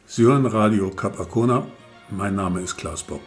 Sie hören Radio Kap Arkona. Mein Name ist Klaus Bock.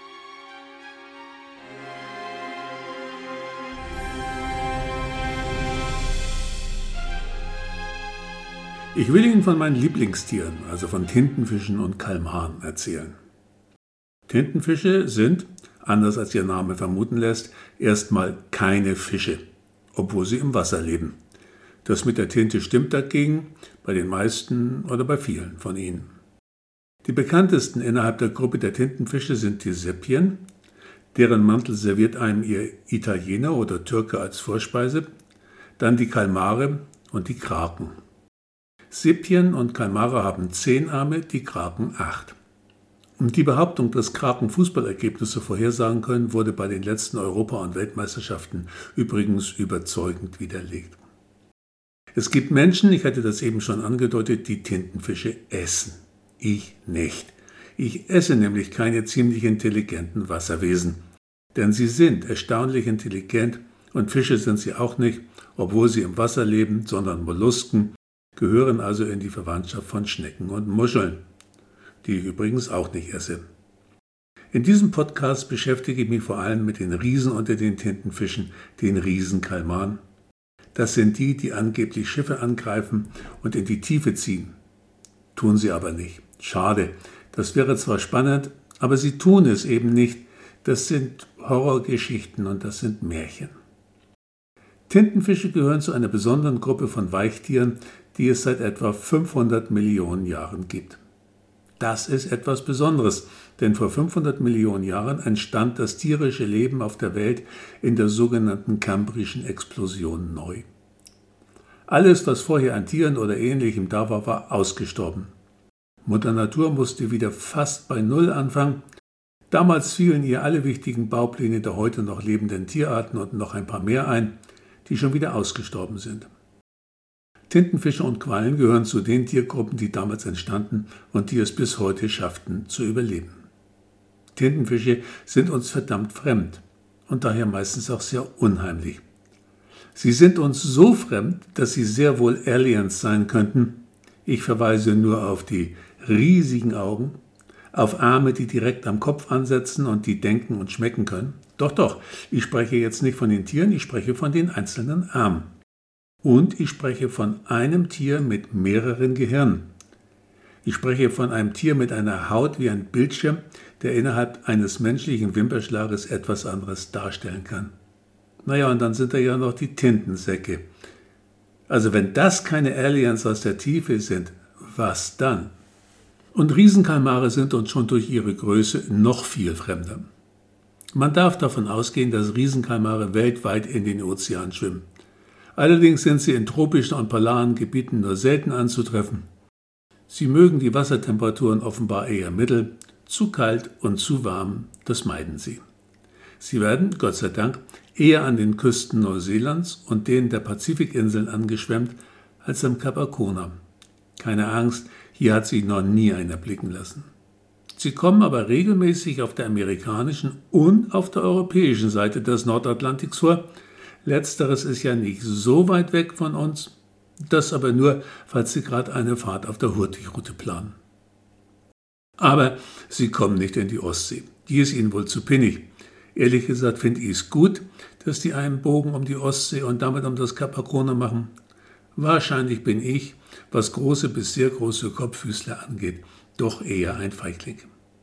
Ich will Ihnen von meinen Lieblingstieren, also von Tintenfischen und Kalmaren, erzählen. Tintenfische sind, anders als ihr Name vermuten lässt, erstmal keine Fische, obwohl sie im Wasser leben. Das mit der Tinte stimmt dagegen, bei den meisten oder bei vielen von ihnen. Die bekanntesten innerhalb der Gruppe der Tintenfische sind die Sepien, deren Mantel serviert einem ihr Italiener oder Türke als Vorspeise, dann die Kalmare und die Kraken. Sepien und Kalmare haben 10 Arme, die Kraken 8. Und die Behauptung, dass Kraken Fußballergebnisse vorhersagen können, wurde bei den letzten Europa- und Weltmeisterschaften übrigens überzeugend widerlegt. Es gibt Menschen, ich hatte das eben schon angedeutet, die Tintenfische essen. Ich nicht. Ich esse nämlich keine ziemlich intelligenten Wasserwesen. Denn sie sind erstaunlich intelligent und Fische sind sie auch nicht, obwohl sie im Wasser leben, sondern Mollusken, gehören also in die Verwandtschaft von Schnecken und Muscheln, die ich übrigens auch nicht esse. In diesem Podcast beschäftige ich mich vor allem mit den Riesen unter den Tintenfischen, den Riesenkalmaren. Das sind die, die angeblich Schiffe angreifen und in die Tiefe ziehen. Tun sie aber nicht. Schade, das wäre zwar spannend, aber sie tun es eben nicht. Das sind Horrorgeschichten und das sind Märchen. Tintenfische gehören zu einer besonderen Gruppe von Weichtieren, die es seit etwa 500 Millionen Jahren gibt. Das ist etwas Besonderes, denn vor 500 Millionen Jahren entstand das tierische Leben auf der Welt in der sogenannten Kambrischen Explosion neu. Alles, was vorher an Tieren oder Ähnlichem da war, war ausgestorben. Mutter Natur musste wieder fast bei Null anfangen. Damals fielen ihr alle wichtigen Baupläne der heute noch lebenden Tierarten und noch ein paar mehr ein, die schon wieder ausgestorben sind. Tintenfische und Quallen gehören zu den Tiergruppen, die damals entstanden und die es bis heute schafften zu überleben. Tintenfische sind uns verdammt fremd und daher meistens auch sehr unheimlich. Sie sind uns so fremd, dass sie sehr wohl Aliens sein könnten. Ich verweise nur auf die riesigen Augen, auf Arme, die direkt am Kopf ansetzen und die denken und schmecken können. Doch, ich spreche jetzt nicht von den Tieren, ich spreche von den einzelnen Armen. Und ich spreche von einem Tier mit mehreren Gehirnen. Ich spreche von einem Tier mit einer Haut wie ein Bildschirm, der innerhalb eines menschlichen Wimpernschlages etwas anderes darstellen kann. Naja, und dann sind da ja noch die Tintensäcke. Also wenn das keine Aliens aus der Tiefe sind, was dann? Und Riesenkalmare sind uns schon durch ihre Größe noch viel fremder. Man darf davon ausgehen, dass Riesenkalmare weltweit in den Ozeanen schwimmen. Allerdings sind sie in tropischen und polaren Gebieten nur selten anzutreffen. Sie mögen die Wassertemperaturen offenbar eher mittel, zu kalt und zu warm, das meiden sie. Sie werden, Gott sei Dank, eher an den Küsten Neuseelands und denen der Pazifikinseln angeschwemmt als am Kap Arkona. Keine Angst, hier hat sich noch nie einer blicken lassen. Sie kommen aber regelmäßig auf der amerikanischen und auf der europäischen Seite des Nordatlantiks vor. Letzteres ist ja nicht so weit weg von uns, das aber nur, falls Sie gerade eine Fahrt auf der Hurtigrute planen. Aber Sie kommen nicht in die Ostsee, die ist Ihnen wohl zu pinnig. Ehrlich gesagt finde ich es gut, dass die einen Bogen um die Ostsee und damit um das Kap Arkona machen. Wahrscheinlich bin ich, was große bis sehr große Kopffüßler angeht, doch eher ein Feigling.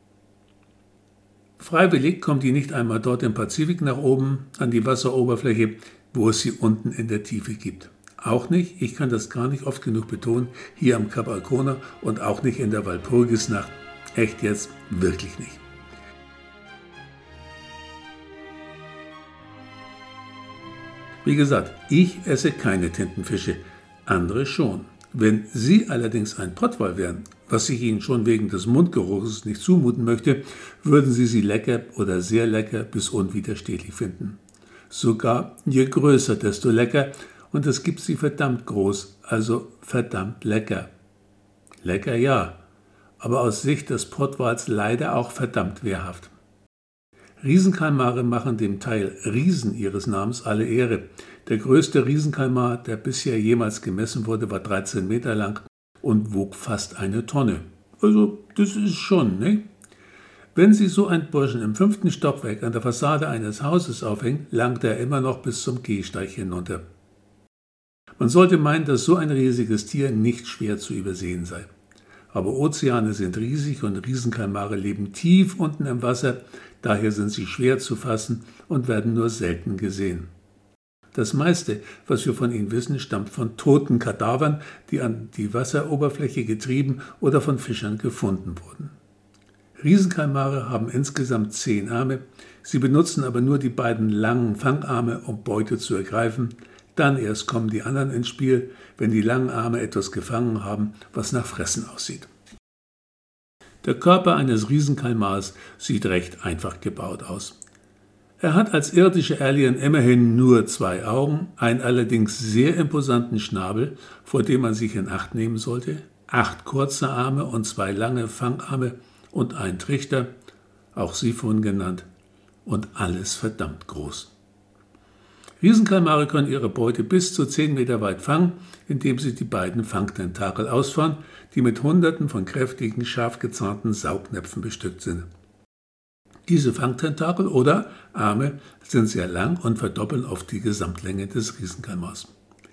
Freiwillig kommt die nicht einmal dort im Pazifik nach oben an die Wasseroberfläche, wo es sie unten in der Tiefe gibt. Auch nicht, ich kann das gar nicht oft genug betonen, hier am Kap Arkona und auch nicht in der Walpurgisnacht. Echt jetzt, wirklich nicht. Wie gesagt, ich esse keine Tintenfische, andere schon. Wenn Sie allerdings ein Pottwal wären, was ich Ihnen schon wegen des Mundgeruchs nicht zumuten möchte, würden Sie sie lecker oder sehr lecker bis unwiderstehlich finden. Sogar je größer, desto lecker und es gibt sie verdammt groß, also verdammt lecker. Lecker ja, aber aus Sicht des Pottwals leider auch verdammt wehrhaft. Riesenkalmare machen dem Teil Riesen ihres Namens alle Ehre. Der größte Riesenkalmar, der bisher jemals gemessen wurde, war 13 Meter lang und wog fast 1 Tonne. Also, das ist schon, ne? Wenn Sie so einen Burschen im 5. Stockwerk an der Fassade eines Hauses aufhängen, langt er immer noch bis zum Gehsteig hinunter. Man sollte meinen, dass so ein riesiges Tier nicht schwer zu übersehen sei. Aber Ozeane sind riesig und Riesenkalmare leben tief unten im Wasser, daher sind sie schwer zu fassen und werden nur selten gesehen. Das meiste, was wir von ihnen wissen, stammt von toten Kadavern, die an die Wasseroberfläche getrieben oder von Fischern gefunden wurden. Riesenkalmare haben insgesamt 10 Arme, sie benutzen aber nur die beiden langen Fangarme, um Beute zu ergreifen. Dann erst kommen die anderen ins Spiel, wenn die langen Arme etwas gefangen haben, was nach Fressen aussieht. Der Körper eines Riesenkalmars sieht recht einfach gebaut aus. Er hat als irdischer Alien immerhin nur 2 Augen, einen allerdings sehr imposanten Schnabel, vor dem man sich in Acht nehmen sollte, 8 kurze Arme und 2 lange Fangarme und einen Trichter, auch Siphon genannt, und alles verdammt groß. Riesenkalmare können ihre Beute bis zu 10 Meter weit fangen, indem sie die beiden Fangtentakel ausfahren, die mit Hunderten von kräftigen, scharf gezahnten Saugnäpfen bestückt sind. Diese Fangtentakel oder Arme sind sehr lang und verdoppeln oft die Gesamtlänge des Riesenkalmars.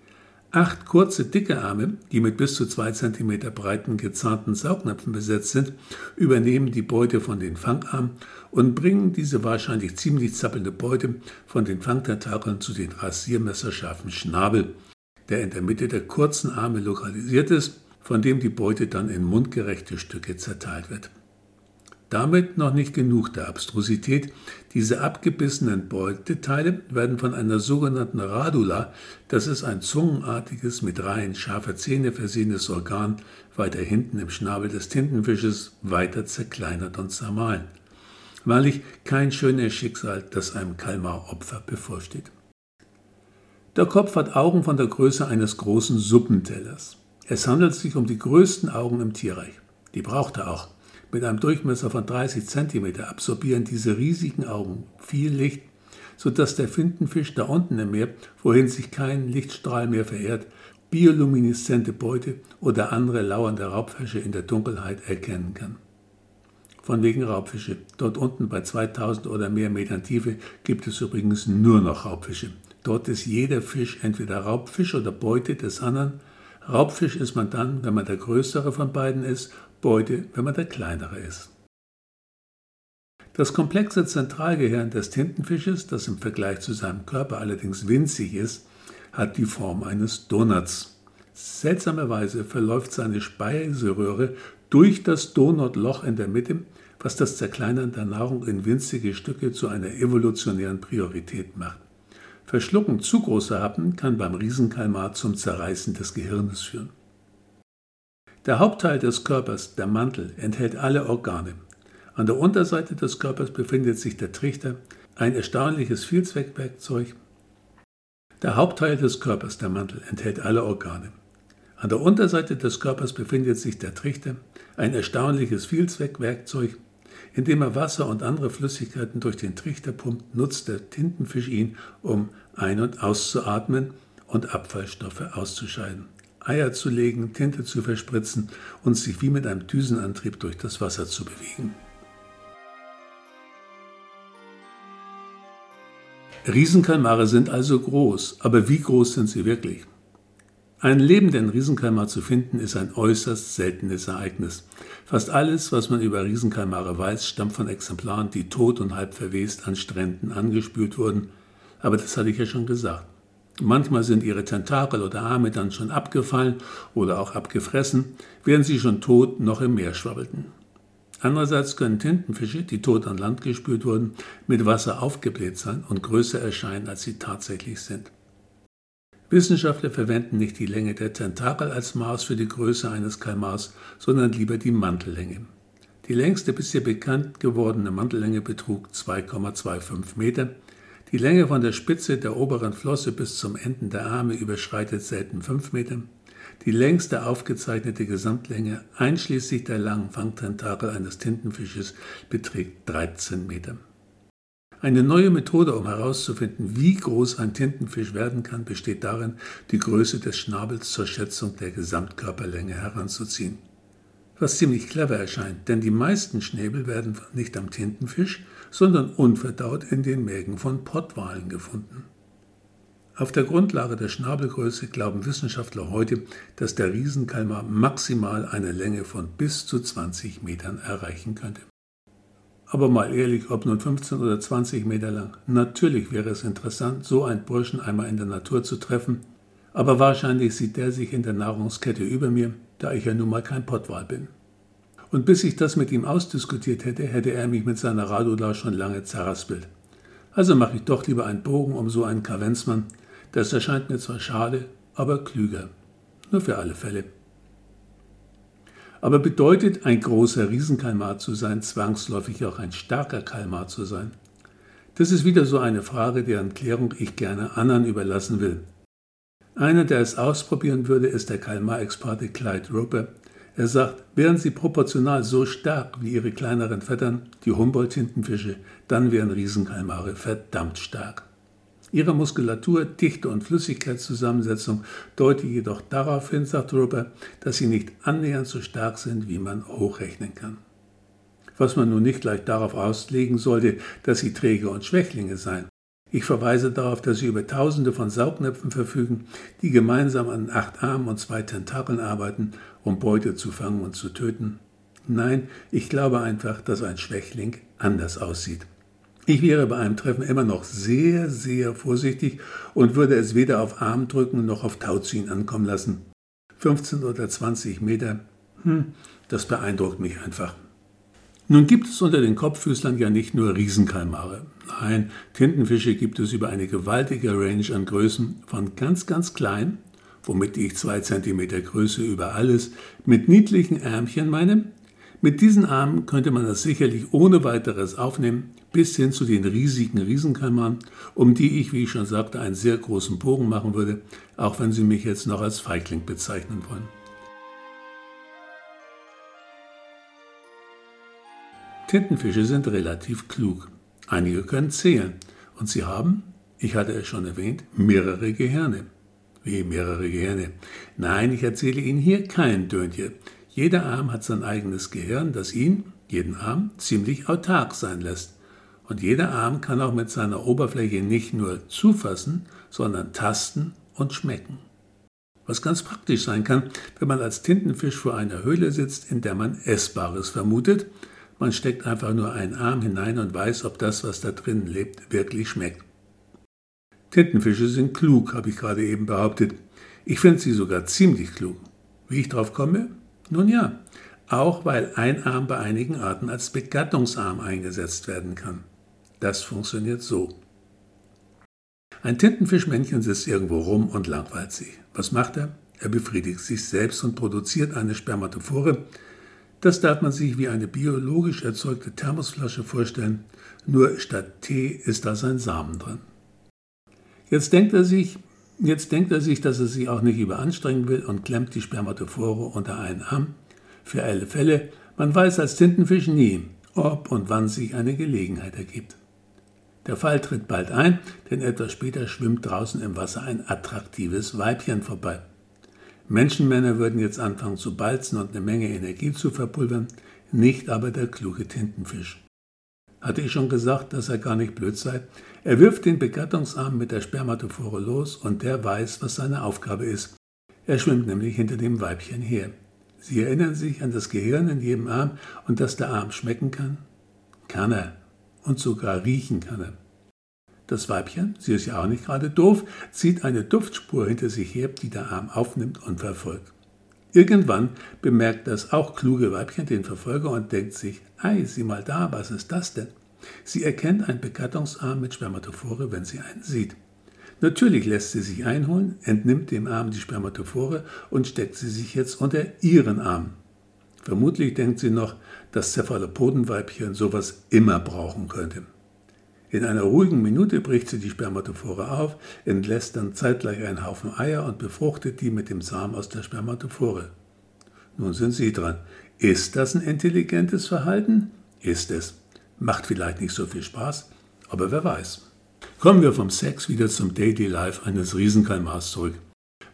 8 kurze, dicke Arme, die mit bis zu 2 cm breiten, gezahnten Saugnäpfen besetzt sind, übernehmen die Beute von den Fangarmen und bringen diese wahrscheinlich ziemlich zappelnde Beute von den Fangtentakeln zu den rasiermesserscharfen Schnabel, der in der Mitte der kurzen Arme lokalisiert ist, von dem die Beute dann in mundgerechte Stücke zerteilt wird. Damit noch nicht genug der Abstrusität. Diese abgebissenen Beuteteile werden von einer sogenannten Radula, das ist ein zungenartiges, mit Reihen scharfer Zähne versehenes Organ, weiter hinten im Schnabel des Tintenfisches, weiter zerkleinert und zermahlen. Wahrlich kein schönes Schicksal, das einem Kalmaropfer bevorsteht. Der Kopf hat Augen von der Größe eines großen Suppentellers. Es handelt sich um die größten Augen im Tierreich. Die braucht er auch. Mit einem Durchmesser von 30 cm absorbieren diese riesigen Augen viel Licht, sodass der Tintenfisch da unten im Meer, wohin sich kein Lichtstrahl mehr verirrt, biolumineszente Beute oder andere lauernde Raubfische in der Dunkelheit erkennen kann. Von wegen Raubfische. Dort unten bei 2000 oder mehr Metern Tiefe gibt es übrigens nur noch Raubfische. Dort ist jeder Fisch entweder Raubfisch oder Beute des anderen. Raubfisch ist man dann, wenn man der größere von beiden ist, Beute, wenn man der kleinere ist. Das komplexe Zentralgehirn des Tintenfisches, das im Vergleich zu seinem Körper allerdings winzig ist, hat die Form eines Donuts. Seltsamerweise verläuft seine Speiseröhre durch das Donutloch in der Mitte, was das Zerkleinern der Nahrung in winzige Stücke zu einer evolutionären Priorität macht. Verschlucken zu großer Happen kann beim Riesenkalmar zum Zerreißen des Gehirnes führen. Der Hauptteil des Körpers, der Mantel, enthält alle Organe. An der Unterseite des Körpers befindet sich der Trichter, ein erstaunliches Vielzweckwerkzeug. Der Hauptteil des Körpers, der Mantel, enthält alle Organe. An der Unterseite des Körpers befindet sich der Trichter, ein erstaunliches Vielzweckwerkzeug. Indem er Wasser und andere Flüssigkeiten durch den Trichter pumpt, nutzt der Tintenfisch ihn, um ein- und auszuatmen und Abfallstoffe auszuscheiden. Eier zu legen, Tinte zu verspritzen und sich wie mit einem Düsenantrieb durch das Wasser zu bewegen. Riesenkalmare sind also groß, aber wie groß sind sie wirklich? Einen lebenden Riesenkalmar zu finden, ist ein äußerst seltenes Ereignis. Fast alles, was man über Riesenkalmare weiß, stammt von Exemplaren, die tot und halb verwest an Stränden angespült wurden. Aber das hatte ich ja schon gesagt. Manchmal sind ihre Tentakel oder Arme dann schon abgefallen oder auch abgefressen, während sie schon tot noch im Meer schwabbelten. Andererseits können Tintenfische, die tot an Land gespült wurden, mit Wasser aufgebläht sein und größer erscheinen, als sie tatsächlich sind. Wissenschaftler verwenden nicht die Länge der Tentakel als Maß für die Größe eines Kalmars, sondern lieber die Mantellänge. Die längste bisher bekannt gewordene Mantellänge betrug 2,25 Meter. Die Länge von der Spitze der oberen Flosse bis zum Enden der Arme überschreitet selten 5 Meter. Die längste aufgezeichnete Gesamtlänge, einschließlich der langen Fangtentakel eines Tintenfisches, beträgt 13 Meter. Eine neue Methode, um herauszufinden, wie groß ein Tintenfisch werden kann, besteht darin, die Größe des Schnabels zur Schätzung der Gesamtkörperlänge heranzuziehen. Was ziemlich clever erscheint, denn die meisten Schnäbel werden nicht am Tintenfisch, sondern unverdaut in den Mägen von Pottwalen gefunden. Auf der Grundlage der Schnabelgröße glauben Wissenschaftler heute, dass der Riesenkalmar maximal eine Länge von bis zu 20 Metern erreichen könnte. Aber mal ehrlich, ob nun 15 oder 20 Meter lang, natürlich wäre es interessant, so einen Burschen einmal in der Natur zu treffen, aber wahrscheinlich sieht der sich in der Nahrungskette über mir, da ich ja nun mal kein Pottwal bin. Und bis ich das mit ihm ausdiskutiert hätte, hätte er mich mit seiner Radula schon lange zerraspelt. Also mache ich doch lieber einen Bogen um so einen Kavenzmann. Das erscheint mir zwar schade, aber klüger. Nur für alle Fälle. Aber bedeutet ein großer Riesenkalmar zu sein, zwangsläufig auch ein starker Kalmar zu sein? Das ist wieder so eine Frage, deren Klärung ich gerne anderen überlassen will. Einer, der es ausprobieren würde, ist der Kalmar-Experte Clyde Roper. Er sagt, wären sie proportional so stark wie ihre kleineren Vettern, die Humboldt-Tintenfische, dann wären Riesenkalmare verdammt stark. Ihre Muskulatur, Dichte und Flüssigkeitszusammensetzung deuten jedoch darauf hin, sagt Roper, dass sie nicht annähernd so stark sind, wie man hochrechnen kann. Was man nun nicht gleich darauf auslegen sollte, dass sie träge und Schwächlinge seien. Ich verweise darauf, dass sie über Tausende von Saugnäpfen verfügen, die gemeinsam an 8 Armen und 2 Tentakeln arbeiten, um Beute zu fangen und zu töten. Nein, ich glaube einfach, dass ein Schwächling anders aussieht. Ich wäre bei einem Treffen immer noch sehr, sehr vorsichtig und würde es weder auf Armdrücken noch auf Tauziehen ankommen lassen. 15 oder 20 Meter, das beeindruckt mich einfach. Nun gibt es unter den Kopffüßlern ja nicht nur Riesenkalmare. Nein, Tintenfische gibt es über eine gewaltige Range an Größen, von ganz, ganz klein, womit ich 2 cm Größe über alles, mit niedlichen Ärmchen meine. Mit diesen Armen könnte man das sicherlich ohne weiteres aufnehmen, bis hin zu den riesigen Riesenkalmaren, um die ich, wie ich schon sagte, einen sehr großen Bogen machen würde, auch wenn Sie mich jetzt noch als Feigling bezeichnen wollen. Tintenfische sind relativ klug. Einige können zählen und sie haben, ich hatte es schon erwähnt, mehrere Gehirne. Wie mehrere Gehirne? Nein, ich erzähle Ihnen hier kein Dönchen. Jeder Arm hat sein eigenes Gehirn, das ihn, jeden Arm, ziemlich autark sein lässt. Und jeder Arm kann auch mit seiner Oberfläche nicht nur zufassen, sondern tasten und schmecken. Was ganz praktisch sein kann, wenn man als Tintenfisch vor einer Höhle sitzt, in der man Essbares vermutet. Man steckt einfach nur einen Arm hinein und weiß, ob das, was da drinnen lebt, wirklich schmeckt. Tintenfische sind klug, habe ich gerade eben behauptet. Ich finde sie sogar ziemlich klug. Wie ich drauf komme? Nun ja, auch weil ein Arm bei einigen Arten als Begattungsarm eingesetzt werden kann. Das funktioniert so. Ein Tintenfischmännchen sitzt irgendwo rum und langweilt sich. Was macht er? Er befriedigt sich selbst und produziert eine Spermatophore. Das darf man sich wie eine biologisch erzeugte Thermosflasche vorstellen, nur statt Tee ist da sein Samen drin. Jetzt denkt er sich, dass er sich auch nicht überanstrengen will und klemmt die Spermatophore unter einen Arm. Für alle Fälle, man weiß als Tintenfisch nie, ob und wann sich eine Gelegenheit ergibt. Der Fall tritt bald ein, denn etwas später schwimmt draußen im Wasser ein attraktives Weibchen vorbei. Menschenmänner würden jetzt anfangen zu balzen und eine Menge Energie zu verpulvern, nicht aber der kluge Tintenfisch. Hatte ich schon gesagt, dass er gar nicht blöd sei? Er wirft den Begattungsarm mit der Spermatophore los und der weiß, was seine Aufgabe ist. Er schwimmt nämlich hinter dem Weibchen her. Sie erinnern sich an das Gehirn in jedem Arm und dass der Arm schmecken kann? Kann er. Und sogar riechen kann er. Das Weibchen, sie ist ja auch nicht gerade doof, zieht eine Duftspur hinter sich her, die der Arm aufnimmt und verfolgt. Irgendwann bemerkt das auch kluge Weibchen den Verfolger und denkt sich, ei, sieh mal da, was ist das denn? Sie erkennt einen Begattungsarm mit Spermatophore, wenn sie einen sieht. Natürlich lässt sie sich einholen, entnimmt dem Arm die Spermatophore und steckt sie sich jetzt unter ihren Arm. Vermutlich denkt sie noch, dass Cephalopodenweibchen sowas immer brauchen könnte. In einer ruhigen Minute bricht sie die Spermatophore auf, entlässt dann zeitgleich einen Haufen Eier und befruchtet die mit dem Samen aus der Spermatophore. Nun sind Sie dran. Ist das ein intelligentes Verhalten? Ist es. Macht vielleicht nicht so viel Spaß, aber wer weiß. Kommen wir vom Sex wieder zum Daily Life eines Riesenkalmars zurück.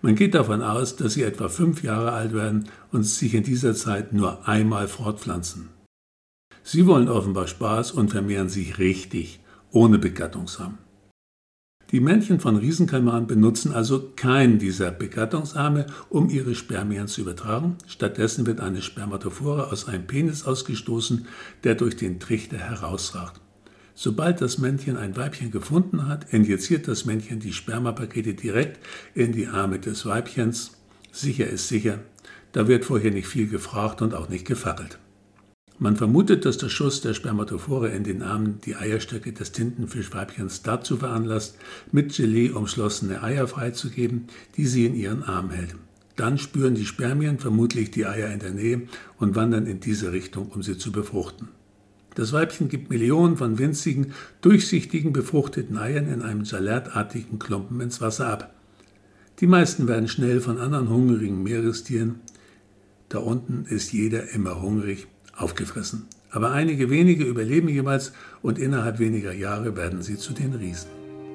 Man geht davon aus, dass sie etwa 5 Jahre alt werden und sich in dieser Zeit nur einmal fortpflanzen. Sie wollen offenbar Spaß und vermehren sich richtig, ohne Begattungssamen. Die Männchen von Riesenkalmaren benutzen also keinen dieser Begattungsarme, um ihre Spermien zu übertragen. Stattdessen wird eine Spermatophore aus einem Penis ausgestoßen, der durch den Trichter herausragt. Sobald das Männchen ein Weibchen gefunden hat, injiziert das Männchen die Spermapakete direkt in die Arme des Weibchens. Sicher ist sicher, da wird vorher nicht viel gefragt und auch nicht gefackelt. Man vermutet, dass der Schuss der Spermatophore in den Armen die Eierstöcke des Tintenfischweibchens dazu veranlasst, mit Gelee umschlossene Eier freizugeben, die sie in ihren Arm hält. Dann spüren die Spermien vermutlich die Eier in der Nähe und wandern in diese Richtung, um sie zu befruchten. Das Weibchen gibt Millionen von winzigen, durchsichtigen, befruchteten Eiern in einem gelatartigen Klumpen ins Wasser ab. Die meisten werden schnell von anderen hungrigen Meerestieren, da unten ist jeder immer hungrig, aufgefressen. Aber einige wenige überleben jeweils und innerhalb weniger Jahre werden sie zu den Riesen.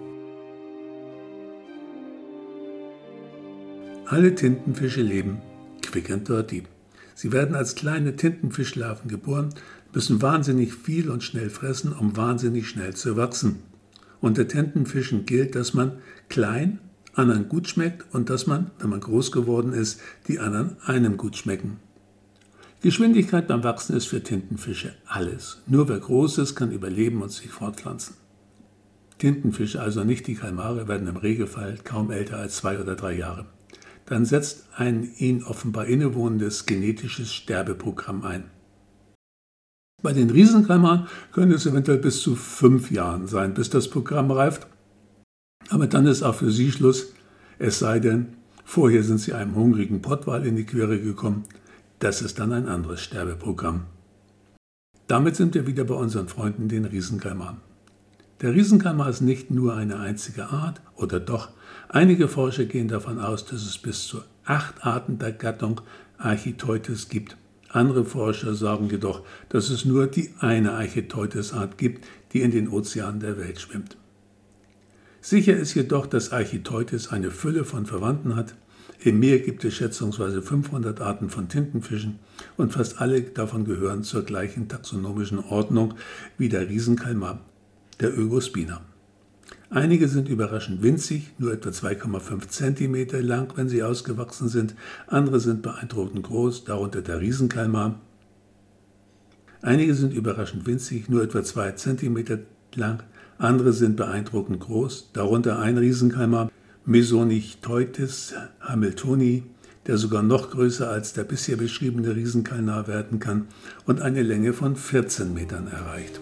Alle Tintenfische leben quick and dirty. Sie werden als kleine Tintenfischlarven geboren, müssen wahnsinnig viel und schnell fressen, um wahnsinnig schnell zu wachsen. Unter Tintenfischen gilt, dass man klein anderen gut schmeckt und dass man, wenn man groß geworden ist, die anderen einem gut schmecken. Geschwindigkeit beim Wachsen ist für Tintenfische alles. Nur wer groß ist, kann überleben und sich fortpflanzen. Tintenfische, also nicht die Kalmare, werden im Regelfall kaum älter als 2 oder 3 Jahre. Dann setzt ein ihnen offenbar innewohnendes genetisches Sterbeprogramm ein. Bei den Riesenkalmaren können es eventuell bis zu 5 Jahren sein, bis das Programm reift. Aber dann ist auch für sie Schluss, es sei denn, vorher sind sie einem hungrigen Pottwal in die Quere gekommen. Das ist dann ein anderes Sterbeprogramm. Damit sind wir wieder bei unseren Freunden, den Riesenkalmaren. Der Riesenkalmar ist nicht nur eine einzige Art, oder doch, einige Forscher gehen davon aus, dass es bis zu 8 Arten der Gattung Archaeteutes gibt. Andere Forscher sagen jedoch, dass es nur die eine Archaeteutes-Art gibt, die in den Ozeanen der Welt schwimmt. Sicher ist jedoch, dass Archaeteutes eine Fülle von Verwandten hat. Im Meer gibt es schätzungsweise 500 Arten von Tintenfischen und fast alle davon gehören zur gleichen taxonomischen Ordnung wie der Riesenkalmar, der Ögospina. Einige sind überraschend winzig, nur etwa 2,5 cm lang, wenn sie ausgewachsen sind. Andere sind beeindruckend groß, darunter der Riesenkalmar. Einige sind überraschend winzig, nur etwa 2 cm lang. Andere sind beeindruckend groß, darunter ein Riesenkalmar, Mesonychteutes hamiltoni, der sogar noch größer als der bisher beschriebene Riesenkalmar werden kann und eine Länge von 14 Metern erreicht.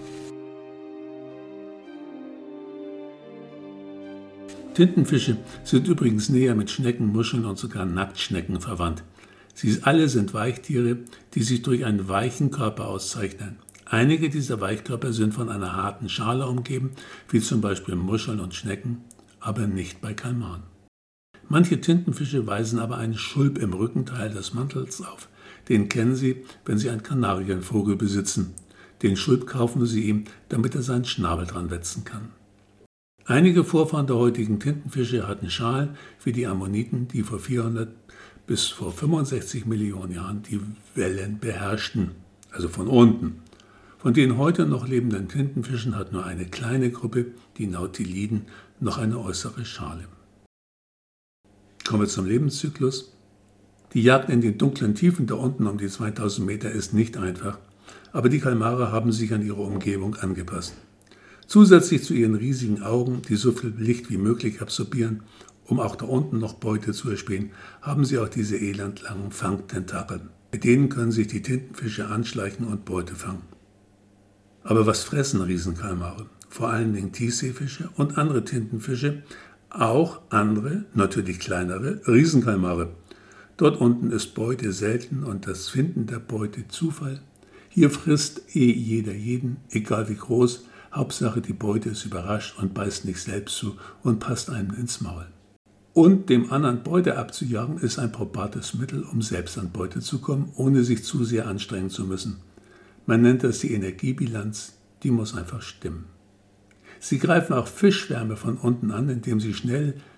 Tintenfische sind übrigens näher mit Schnecken, Muscheln und sogar Nacktschnecken verwandt. Sie alle sind Weichtiere, die sich durch einen weichen Körper auszeichnen. Einige dieser Weichkörper sind von einer harten Schale umgeben, wie zum Beispiel Muscheln und Schnecken, aber nicht bei Kalmaren. Manche Tintenfische weisen aber einen Schulp im Rückenteil des Mantels auf. Den kennen Sie, wenn Sie einen Kanarienvogel besitzen. Den Schulp kaufen Sie ihm, damit er seinen Schnabel dran wetzen kann. Einige Vorfahren der heutigen Tintenfische hatten Schalen wie die Ammoniten, die vor 400 bis vor 65 Millionen Jahren die Wellen beherrschten, also von unten. Von den heute noch lebenden Tintenfischen hat nur eine kleine Gruppe, die Nautiliden, noch eine äußere Schale. Kommen wir zum Lebenszyklus. Die Jagd in den dunklen Tiefen da unten um die 2000 Meter ist nicht einfach, aber die Kalmare haben sich an ihre Umgebung angepasst. Zusätzlich zu ihren riesigen Augen, die so viel Licht wie möglich absorbieren, um auch da unten noch Beute zu erspähen, haben sie auch diese elendlangen Fangtentakel. Mit denen können sich die Tintenfische anschleichen und Beute fangen. Aber was fressen Riesenkalmare? Vor allen Dingen Tiefseefische und andere Tintenfische, auch andere, natürlich kleinere, Riesenkalmare. Dort unten ist Beute selten und das Finden der Beute Zufall. Hier frisst jeder jeden, egal wie groß. Hauptsache die Beute ist überrascht und beißt nicht selbst zu und passt einem ins Maul. Und dem anderen Beute abzujagen ist ein probates Mittel, um selbst an Beute zu kommen, ohne sich zu sehr anstrengen zu müssen. Man nennt das die Energiebilanz, die muss einfach stimmen. Sie greifen auch Fischschwärme von unten an, indem sie schnell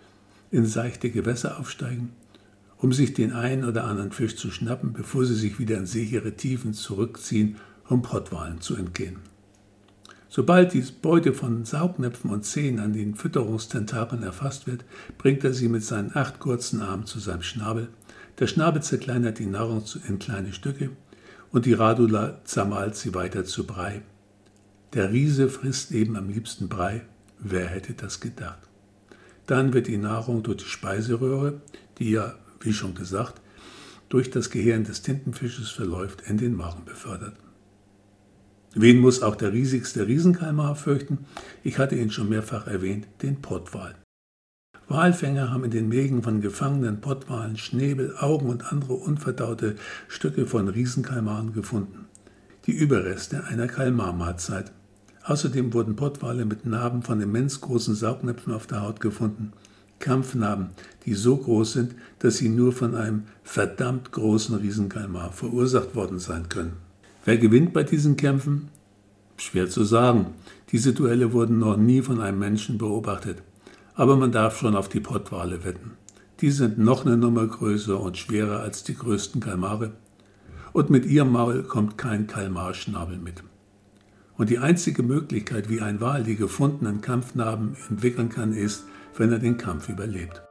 in seichte Gewässer aufsteigen, um sich den einen oder anderen Fisch zu schnappen, bevor sie sich wieder in sichere Tiefen zurückziehen, um Pottwalen zu entgehen. Sobald die Beute von Saugnäpfen und Zähnen an den Fütterungstentakeln erfasst wird, bringt er sie mit seinen 8 kurzen Armen zu seinem Schnabel. Der Schnabel zerkleinert die Nahrung in kleine Stücke und die Radula zermalt sie weiter zu Brei. Der Riese frisst eben am liebsten Brei. Wer hätte das gedacht? Dann wird die Nahrung durch die Speiseröhre, die ja, wie schon gesagt, durch das Gehirn des Tintenfisches verläuft, in den Magen befördert. Wen muss auch der riesigste Riesenkalmar fürchten? Ich hatte ihn schon mehrfach erwähnt, den Pottwal. Walfänger haben in den Mägen von gefangenen Pottwalen Schnäbel, Augen und andere unverdaute Stücke von Riesenkalmaren gefunden. Die Überreste einer Kalmarmahlzeit. Außerdem wurden Pottwale mit Narben von immens großen Saugnäpfen auf der Haut gefunden. Kampfnarben, die so groß sind, dass sie nur von einem verdammt großen Riesenkalmar verursacht worden sein können. Wer gewinnt bei diesen Kämpfen? Schwer zu sagen. Diese Duelle wurden noch nie von einem Menschen beobachtet. Aber man darf schon auf die Pottwale wetten. Die sind noch eine Nummer größer und schwerer als die größten Kalmare. Und mit ihrem Maul kommt kein Kalmarschnabel mit. Und die einzige Möglichkeit, wie ein Wal die gefundenen Kampfnarben entwickeln kann, ist, wenn er den Kampf überlebt.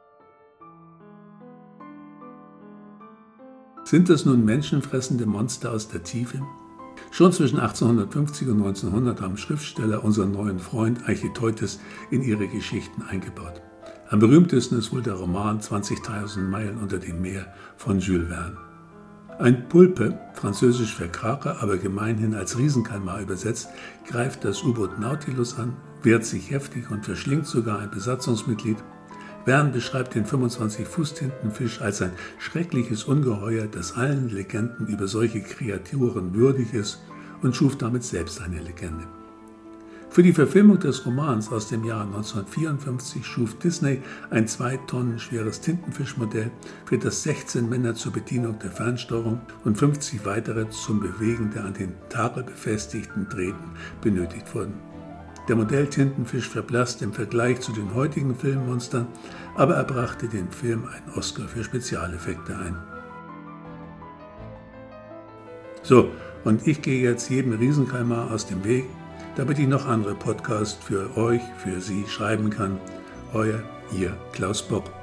Sind das nun menschenfressende Monster aus der Tiefe? Schon zwischen 1850 und 1900 haben Schriftsteller unseren neuen Freund Architeutes in ihre Geschichten eingebaut. Am berühmtesten ist wohl der Roman 20.000 Meilen unter dem Meer von Jules Verne. Ein Pulpe, französisch für Kraker, aber gemeinhin als Riesenkalmar übersetzt, greift das U-Boot Nautilus an, wehrt sich heftig und verschlingt sogar ein Besatzungsmitglied. Verne beschreibt den 25-Fuß-Tintenfisch als ein schreckliches Ungeheuer, das allen Legenden über solche Kreaturen würdig ist, und schuf damit selbst eine Legende. Für die Verfilmung des Romans aus dem Jahr 1954 schuf Disney ein 2 Tonnen schweres Tintenfischmodell, für das 16 Männer zur Bedienung der Fernsteuerung und 50 weitere zum Bewegen der an den Tentakel befestigten Drähten benötigt wurden. Der Modell-Tintenfisch verblasst im Vergleich zu den heutigen Filmmonstern, aber er brachte dem Film einen Oscar für Spezialeffekte ein. So, und ich gehe jetzt jedem Riesenkalmar aus dem Weg, damit ich noch andere Podcasts für euch, für Sie schreiben kann. Euer, Ihr Klaus Bock.